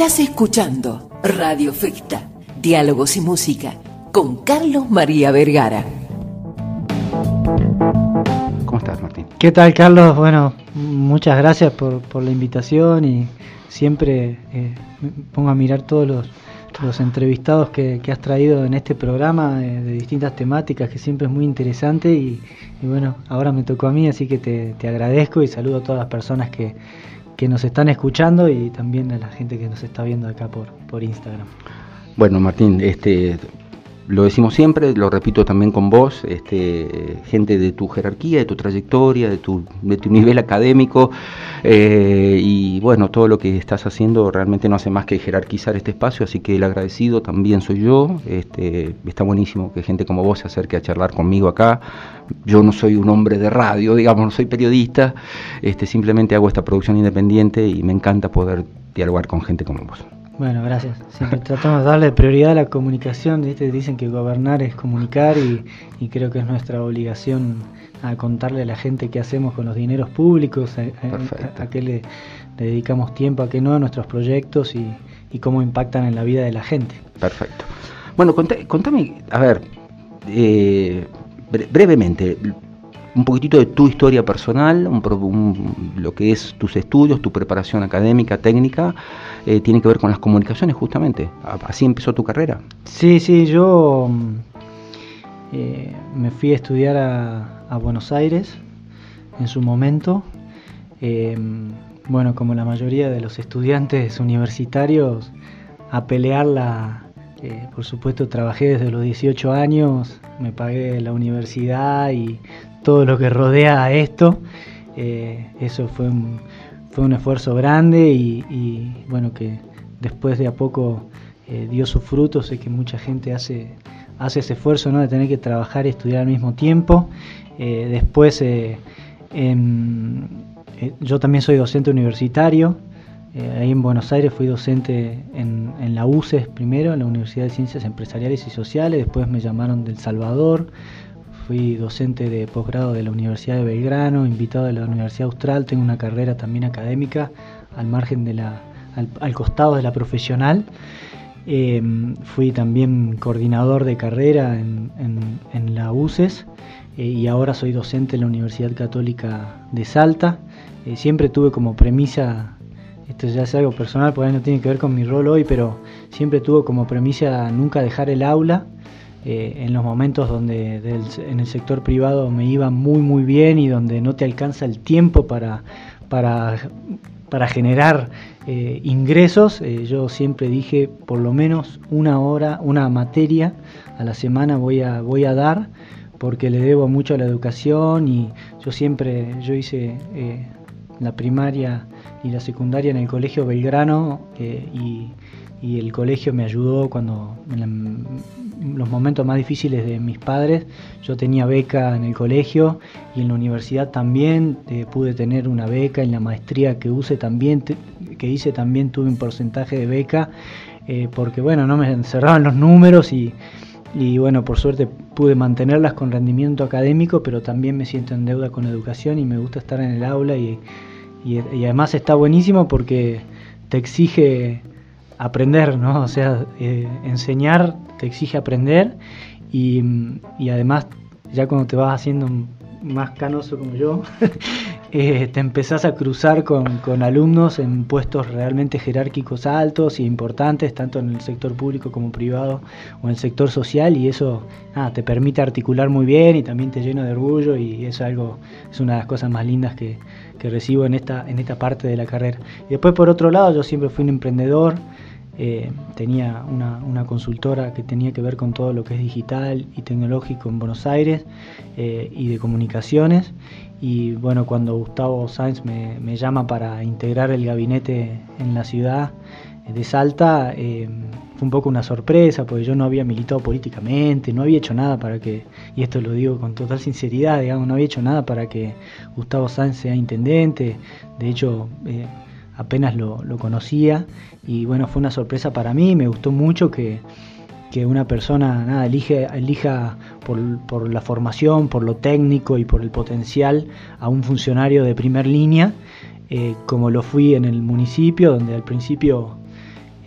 Estás escuchando Radio Ficta, diálogos y música, con Carlos María Vergara. ¿Cómo estás, Martín? ¿Qué tal, Carlos? Bueno, muchas gracias por la invitación y siempre me pongo a mirar todos los entrevistados que has traído en este programa de distintas temáticas, que siempre es muy interesante y bueno, ahora me tocó a mí, así que te agradezco y saludo a todas las personas que nos están escuchando y también a la gente que nos está viendo acá por Instagram. Bueno, Martín, lo decimos siempre, lo repito también con vos, gente de tu jerarquía, de tu trayectoria, de tu nivel académico, y bueno, todo lo que estás haciendo realmente no hace más que jerarquizar este espacio, así que el agradecido también soy yo. Está buenísimo que gente como vos se acerque a charlar conmigo acá. Yo no soy un hombre de radio, digamos, no soy periodista, simplemente hago esta producción independiente y me encanta poder dialogar con gente como vos. Bueno, gracias. Siempre tratamos de darle prioridad a la comunicación. Dicen que gobernar es comunicar y creo que es nuestra obligación a contarle a la gente qué hacemos con los dineros públicos, a qué le dedicamos tiempo, a qué no, a nuestros proyectos y cómo impactan en la vida de la gente. Perfecto. Bueno, contame, a ver, brevemente, un poquitito de tu historia personal, lo que es tus estudios, tu preparación académica, técnica, tiene que ver con las comunicaciones justamente. ¿Así empezó tu carrera? Sí, yo me fui a estudiar a Buenos Aires en su momento. Bueno, como la mayoría de los estudiantes universitarios, a pelearla. Por supuesto, trabajé desde los 18 años, me pagué la universidad y todo lo que rodea a esto. Eso fue un esfuerzo grande y bueno, que después de a poco dio sus frutos. Sé que mucha gente hace ese esfuerzo, ¿no?, de tener que trabajar y estudiar al mismo tiempo. Después yo también soy docente universitario. Ahí en Buenos Aires fui docente en la UCES primero, en la Universidad de Ciencias Empresariales y Sociales. Después me llamaron de El Salvador. Fui docente de posgrado de la Universidad de Belgrano, invitado de la Universidad Austral. Tengo una carrera también académica al margen al costado de la profesional. Fui también coordinador de carrera en la UCES y ahora soy docente en la Universidad Católica de Salta. Siempre tuve como premisa, esto ya es algo personal, porque no tiene que ver con mi rol hoy, pero siempre tuve como premisa nunca dejar el aula. En los momentos donde en el sector privado me iba muy bien y donde no te alcanza el tiempo para generar ingresos, yo siempre dije por lo menos una materia a la semana voy a dar, porque le debo mucho a la educación. Y yo hice la primaria y la secundaria en el Colegio Belgrano, y el colegio me ayudó cuando en los momentos más difíciles de mis padres. Yo tenía beca en el colegio y en la universidad también pude tener una beca. En la maestría que hice también tuve un porcentaje de beca, porque bueno, no me encerraban los números y bueno, por suerte pude mantenerlas con rendimiento académico, pero también me siento en deuda con educación y me gusta estar en el aula y además está buenísimo porque te exige aprender, ¿no? O sea, enseñar te exige aprender y además ya cuando te vas haciendo más canoso como yo, te empezás a cruzar con alumnos en puestos realmente jerárquicos altos e importantes, tanto en el sector público como privado o en el sector social, y eso te permite articular muy bien y también te llena de orgullo, y es una de las cosas más lindas que recibo en esta parte de la carrera. Y después, por otro lado, yo siempre fui un emprendedor. Tenía una consultora que tenía que ver con todo lo que es digital y tecnológico en Buenos Aires, y de comunicaciones. Y bueno, cuando Gustavo Sáenz me llama para integrar el gabinete en la ciudad de Salta, fue un poco una sorpresa, porque yo no había militado políticamente, no había hecho nada para que, y esto lo digo con total sinceridad, digamos, no había hecho nada para que Gustavo Sáenz sea intendente. De hecho, apenas lo conocía, y bueno, fue una sorpresa para mí. Me gustó mucho que una persona elija por la formación, por lo técnico y por el potencial a un funcionario de primer línea, como lo fui en el municipio, donde al principio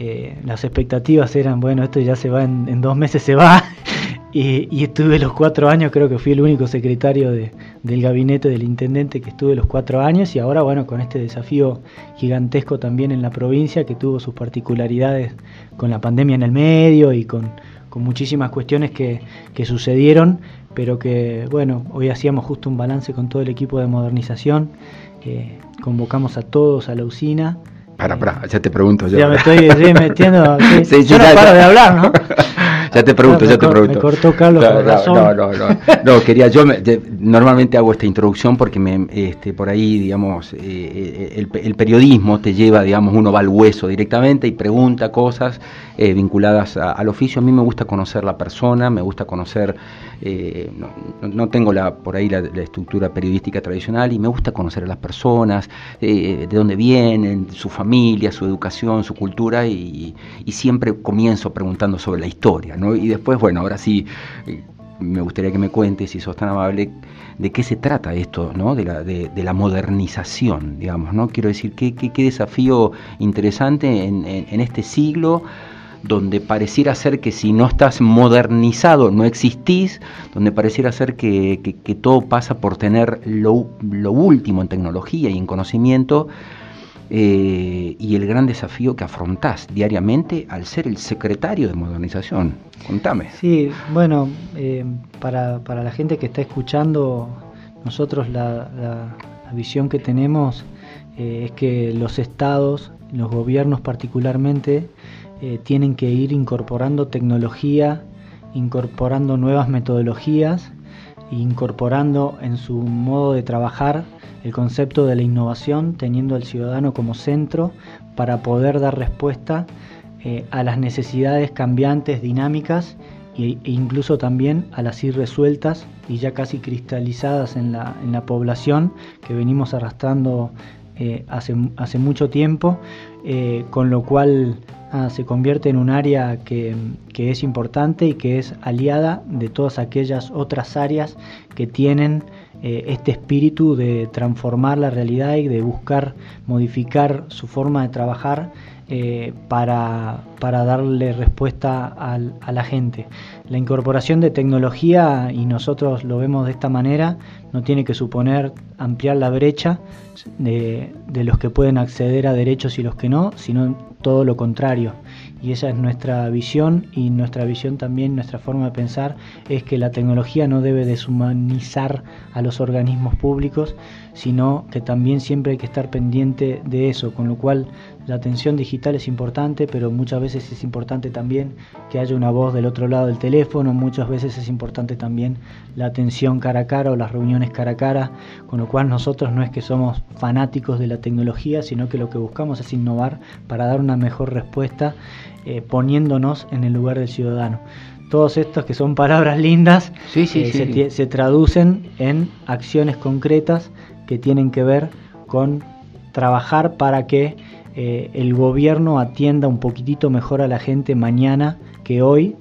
las expectativas eran, bueno, esto ya se va, en 2 meses se va, y estuve los 4 años, creo que fui el único secretario del gabinete del intendente que estuve los 4 años, y ahora, bueno, con este desafío gigantesco también en la provincia, que tuvo sus particularidades con la pandemia en el medio y con muchísimas cuestiones que sucedieron, pero que, bueno, hoy hacíamos justo un balance con todo el equipo de modernización, convocamos a todos a la usina. Ya te pregunto yo. Ya me estoy metiendo. Sí, yo no paro de hablar, ¿no? Ya te pregunto. Me cortó Carlos por razón. No, quería, normalmente hago esta introducción porque por ahí, digamos, el periodismo te lleva, digamos, uno va al hueso directamente y pregunta cosas vinculadas al oficio. A mí me gusta conocer la persona, me gusta conocer, no tengo por ahí la estructura periodística tradicional, y me gusta conocer a las personas, de dónde vienen, su familia, su educación, su cultura, y siempre comienzo preguntando sobre la historia, ¿no? Y después, bueno, ahora sí, me gustaría que me cuentes, si sos tan amable, de qué se trata esto, ¿no? De la modernización, digamos, ¿no? Quiero decir, qué desafío interesante en este siglo, donde pareciera ser que si no estás modernizado no existís, donde pareciera ser que todo pasa por tener lo último en tecnología y en conocimiento, y el gran desafío que afrontás diariamente al ser el secretario de modernización. Contame. Sí, bueno, para la gente que está escuchando, nosotros la visión que tenemos es que los estados, los gobiernos particularmente, tienen que ir incorporando tecnología, incorporando nuevas metodologías, incorporando en su modo de trabajar el concepto de la innovación, teniendo al ciudadano como centro para poder dar respuesta a las necesidades cambiantes, dinámicas, e incluso también a las irresueltas y ya casi cristalizadas en la población, que venimos arrastrando hace mucho tiempo, con lo cual se convierte en un área que es importante y que es aliada de todas aquellas otras áreas que tienen este espíritu de transformar la realidad y de buscar modificar su forma de trabajar para darle respuesta a la gente. La incorporación de tecnología, y nosotros lo vemos de esta manera, no tiene que suponer ampliar la brecha de los que pueden acceder a derechos y los que no, sino todo lo contrario. Y esa es nuestra visión, y nuestra visión también, nuestra forma de pensar, es que la tecnología no debe deshumanizar a los organismos públicos, sino que también siempre hay que estar pendiente de eso, con lo cual la atención digital es importante, pero muchas veces es importante también que haya una voz del otro lado del teléfono, muchas veces es importante también la atención cara a cara o las reuniones cara a cara, con lo cual nosotros no es que somos fanáticos de la tecnología, sino que lo que buscamos es innovar para dar una mejor respuesta, poniéndonos en el lugar del ciudadano. Todos estos que son palabras lindas se traducen en acciones concretas que tienen que ver con trabajar para que el gobierno atienda un poquitito mejor a la gente mañana que hoy,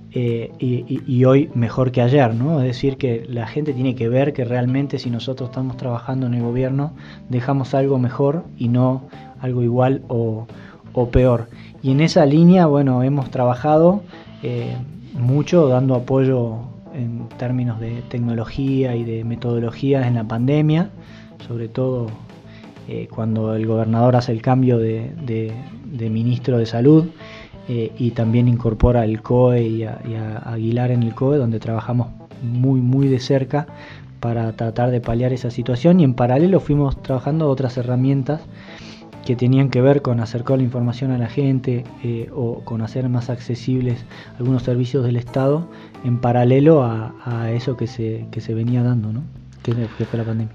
y hoy mejor que ayer, ¿no? Es decir, que la gente tiene que ver que realmente si nosotros estamos trabajando en el gobierno dejamos algo mejor y no algo igual o peor. Y en esa línea, bueno, hemos trabajado mucho dando apoyo en términos de tecnología y de metodologías en la pandemia, sobre todo cuando el gobernador hace el cambio de ministro de salud, y también incorpora el COE y a Aguilar en el COE, donde trabajamos muy de cerca para tratar de paliar esa situación, y en paralelo fuimos trabajando otras herramientas que tenían que ver con acercar la información a la gente, o con hacer más accesibles algunos servicios del Estado en paralelo a eso que se venía dando, ¿no? Que fue la pandemia.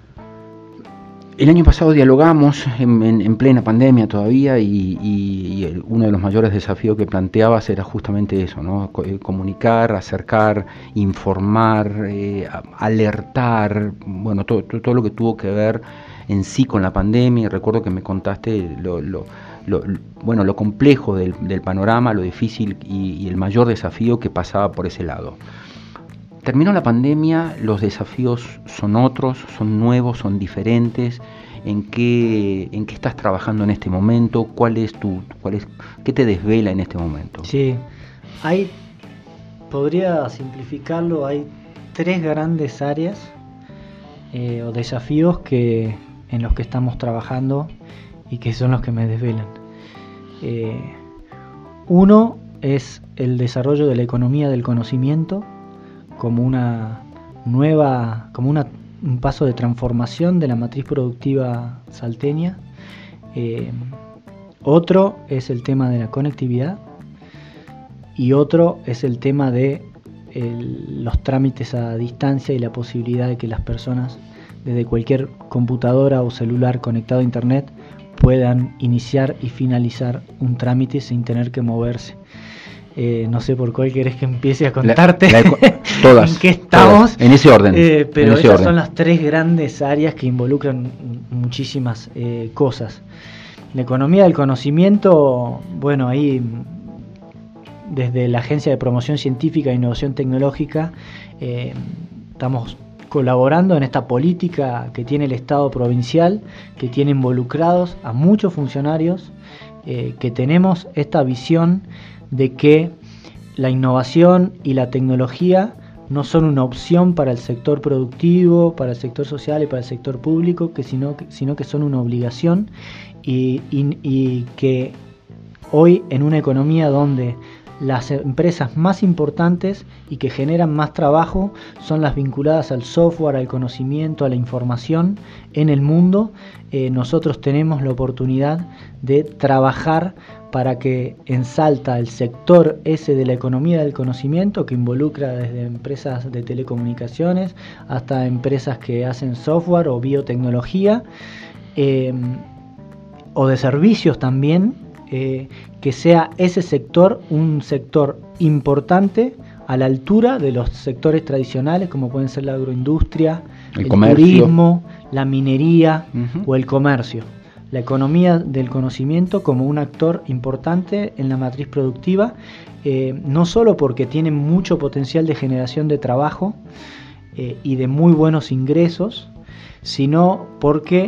El año pasado dialogamos en plena pandemia todavía, y uno de los mayores desafíos que planteabas era justamente eso, ¿no? Comunicar, acercar, informar, alertar, bueno, todo lo que tuvo que ver en sí con la pandemia. Recuerdo que me contaste lo complejo del panorama, lo difícil y el mayor desafío que pasaba por ese lado. Terminó la pandemia, los desafíos son otros, son nuevos, son diferentes, qué estás trabajando en este momento, qué te desvela en este momento. Sí, podría simplificarlo, hay 3 grandes áreas o desafíos en los que estamos trabajando y que son los que me desvelan. Uno es el desarrollo de la economía del conocimiento como un paso de transformación de la matriz productiva salteña. Otro es el tema de la conectividad y otro es el tema de los trámites a distancia y la posibilidad de que las personas desde cualquier computadora o celular conectado a internet puedan iniciar y finalizar un trámite sin tener que moverse. No sé por cuál querés que empiece a contarte todas, en qué estamos, todas, en ese orden. Pero esas son las 3 grandes áreas que involucran muchísimas cosas. La economía del conocimiento, bueno, ahí desde la Agencia de Promoción Científica e Innovación Tecnológica estamos colaborando en esta política que tiene el Estado provincial, que tiene involucrados a muchos funcionarios, que tenemos esta visión de que la innovación y la tecnología no son una opción para el sector productivo, para el sector social y para el sector público, sino que son una obligación y que hoy en una economía donde las empresas más importantes y que generan más trabajo son las vinculadas al software, al conocimiento, a la información en el mundo, nosotros tenemos la oportunidad de trabajar para que en Salta el sector ese de la economía del conocimiento, que involucra desde empresas de telecomunicaciones hasta empresas que hacen software o biotecnología, o de servicios también, que sea ese sector un sector importante a la altura de los sectores tradicionales como pueden ser la agroindustria, el turismo, la minería o el comercio. La economía del conocimiento como un actor importante en la matriz productiva, no solo porque tiene mucho potencial de generación de trabajo y de muy buenos ingresos, sino porque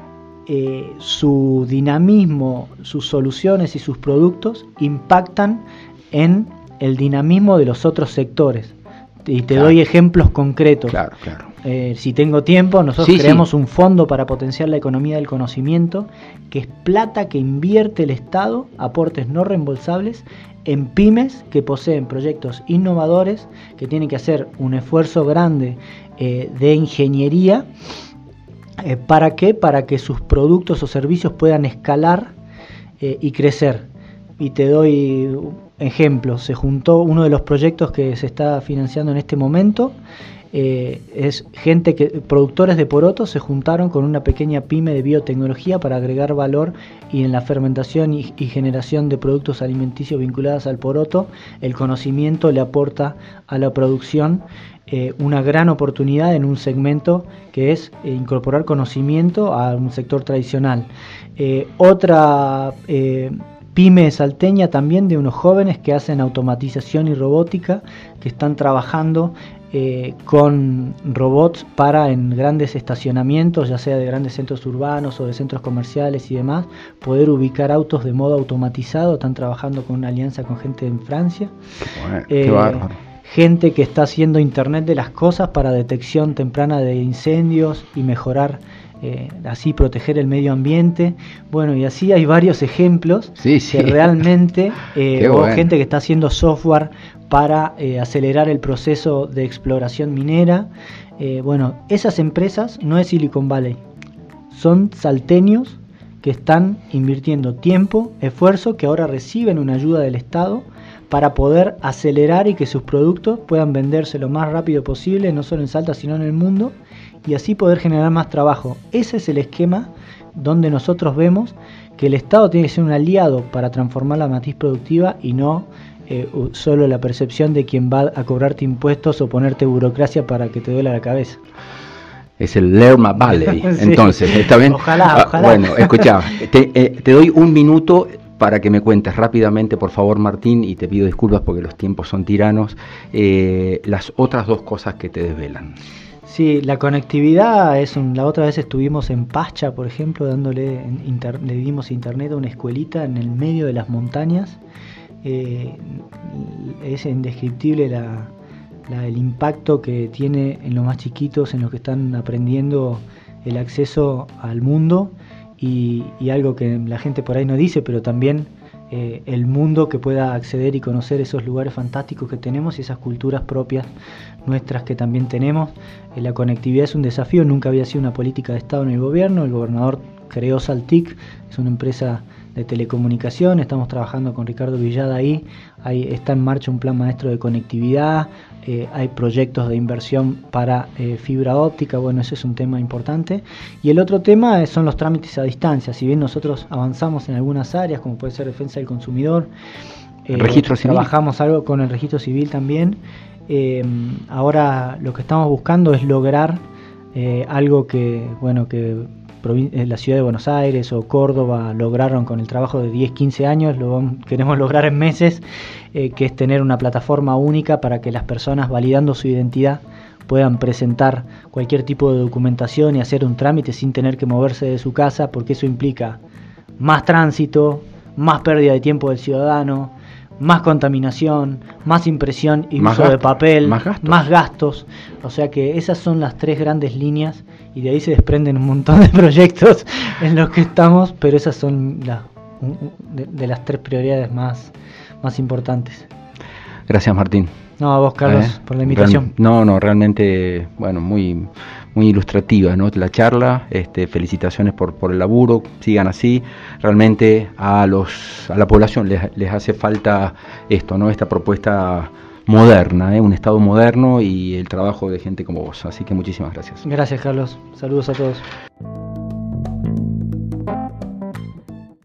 su dinamismo, sus soluciones y sus productos impactan en el dinamismo de los otros sectores. Y te doy ejemplos concretos. Claro. Si tengo tiempo, nosotros creamos un fondo para potenciar la economía del conocimiento, que es plata que invierte el Estado, aportes no reembolsables, en pymes que poseen proyectos innovadores, que tienen que hacer un esfuerzo grande de ingeniería. ¿Para qué? Para que sus productos o servicios puedan escalar y crecer. Y te doy ejemplos. Se juntó uno de los proyectos que se está financiando en este momento. Es productores de porotos se juntaron con una pequeña pyme de biotecnología para agregar valor y en la fermentación y generación de productos alimenticios vinculados al poroto. El conocimiento le aporta a la producción una gran oportunidad en un segmento que es incorporar conocimiento a un sector tradicional. Otra pyme salteña también de unos jóvenes que hacen automatización y robótica, que están trabajando con robots para en grandes estacionamientos, ya sea de grandes centros urbanos o de centros comerciales y demás, poder ubicar autos de modo automatizado. Están trabajando con una alianza con gente en Francia. Qué bárbaro. Gente que está haciendo Internet de las cosas para detección temprana de incendios y mejorar, así proteger el medio ambiente. Bueno, y así hay varios ejemplos que realmente, o gente que está haciendo software para acelerar el proceso de exploración minera. Bueno, esas empresas no es Silicon Valley, son salteños que están invirtiendo tiempo, esfuerzo, que ahora reciben una ayuda del Estado para poder acelerar y que sus productos puedan venderse lo más rápido posible, no solo en Salta sino en el mundo, y así poder generar más trabajo. Ese es el esquema donde nosotros vemos que el Estado tiene que ser un aliado para transformar la matriz productiva y no solo la percepción de quien va a cobrarte impuestos o ponerte burocracia para que te duela la cabeza. Es el Lerma Valley, sí. Entonces, ¿está bien? Ojalá. Bueno, escuchá, te doy un minuto para que me cuentes rápidamente, por favor, Martín, y te pido disculpas porque los tiempos son tiranos, las otras 2 cosas que te desvelan. Sí, la conectividad la otra vez estuvimos en Pacha, por ejemplo, le dimos internet a una escuelita en el medio de las montañas. Es indescriptible el impacto que tiene en los más chiquitos, en los que están aprendiendo el acceso al mundo y algo que la gente por ahí no dice, pero también el mundo que pueda acceder y conocer esos lugares fantásticos que tenemos y esas culturas propias nuestras que también tenemos. La conectividad es un desafío, nunca había sido una política de Estado en el gobierno. El gobernador creó Saltic, es una empresa de telecomunicación, estamos trabajando con Ricardo Villada ahí está en marcha un plan maestro de conectividad, hay proyectos de inversión para fibra óptica, bueno, ese es un tema importante. Y el otro tema son los trámites a distancia. Si bien nosotros avanzamos en algunas áreas, como puede ser defensa del consumidor, registro civil, trabajamos algo con el registro civil también, ahora lo que estamos buscando es lograr algo que la ciudad de Buenos Aires o Córdoba lograron con el trabajo de 10, 15 años, queremos lograr en meses, que es tener una plataforma única para que las personas validando su identidad puedan presentar cualquier tipo de documentación y hacer un trámite sin tener que moverse de su casa, porque eso implica más tránsito, más pérdida de tiempo del ciudadano, más contaminación, más impresión y uso de papel, más gastos. O sea que esas son las tres grandes líneas y de ahí se desprenden un montón de proyectos en los que estamos, pero esas son de las tres prioridades más importantes. Gracias, Martín. No, a vos, Carlos, por la invitación. Realmente, bueno, muy ilustrativa, ¿no? La charla, felicitaciones por el laburo, sigan así. Realmente a la población les hace falta esto, ¿no? Esta propuesta moderna, un Estado moderno y el trabajo de gente como vos. Así que muchísimas gracias. Gracias, Carlos. Saludos a todos.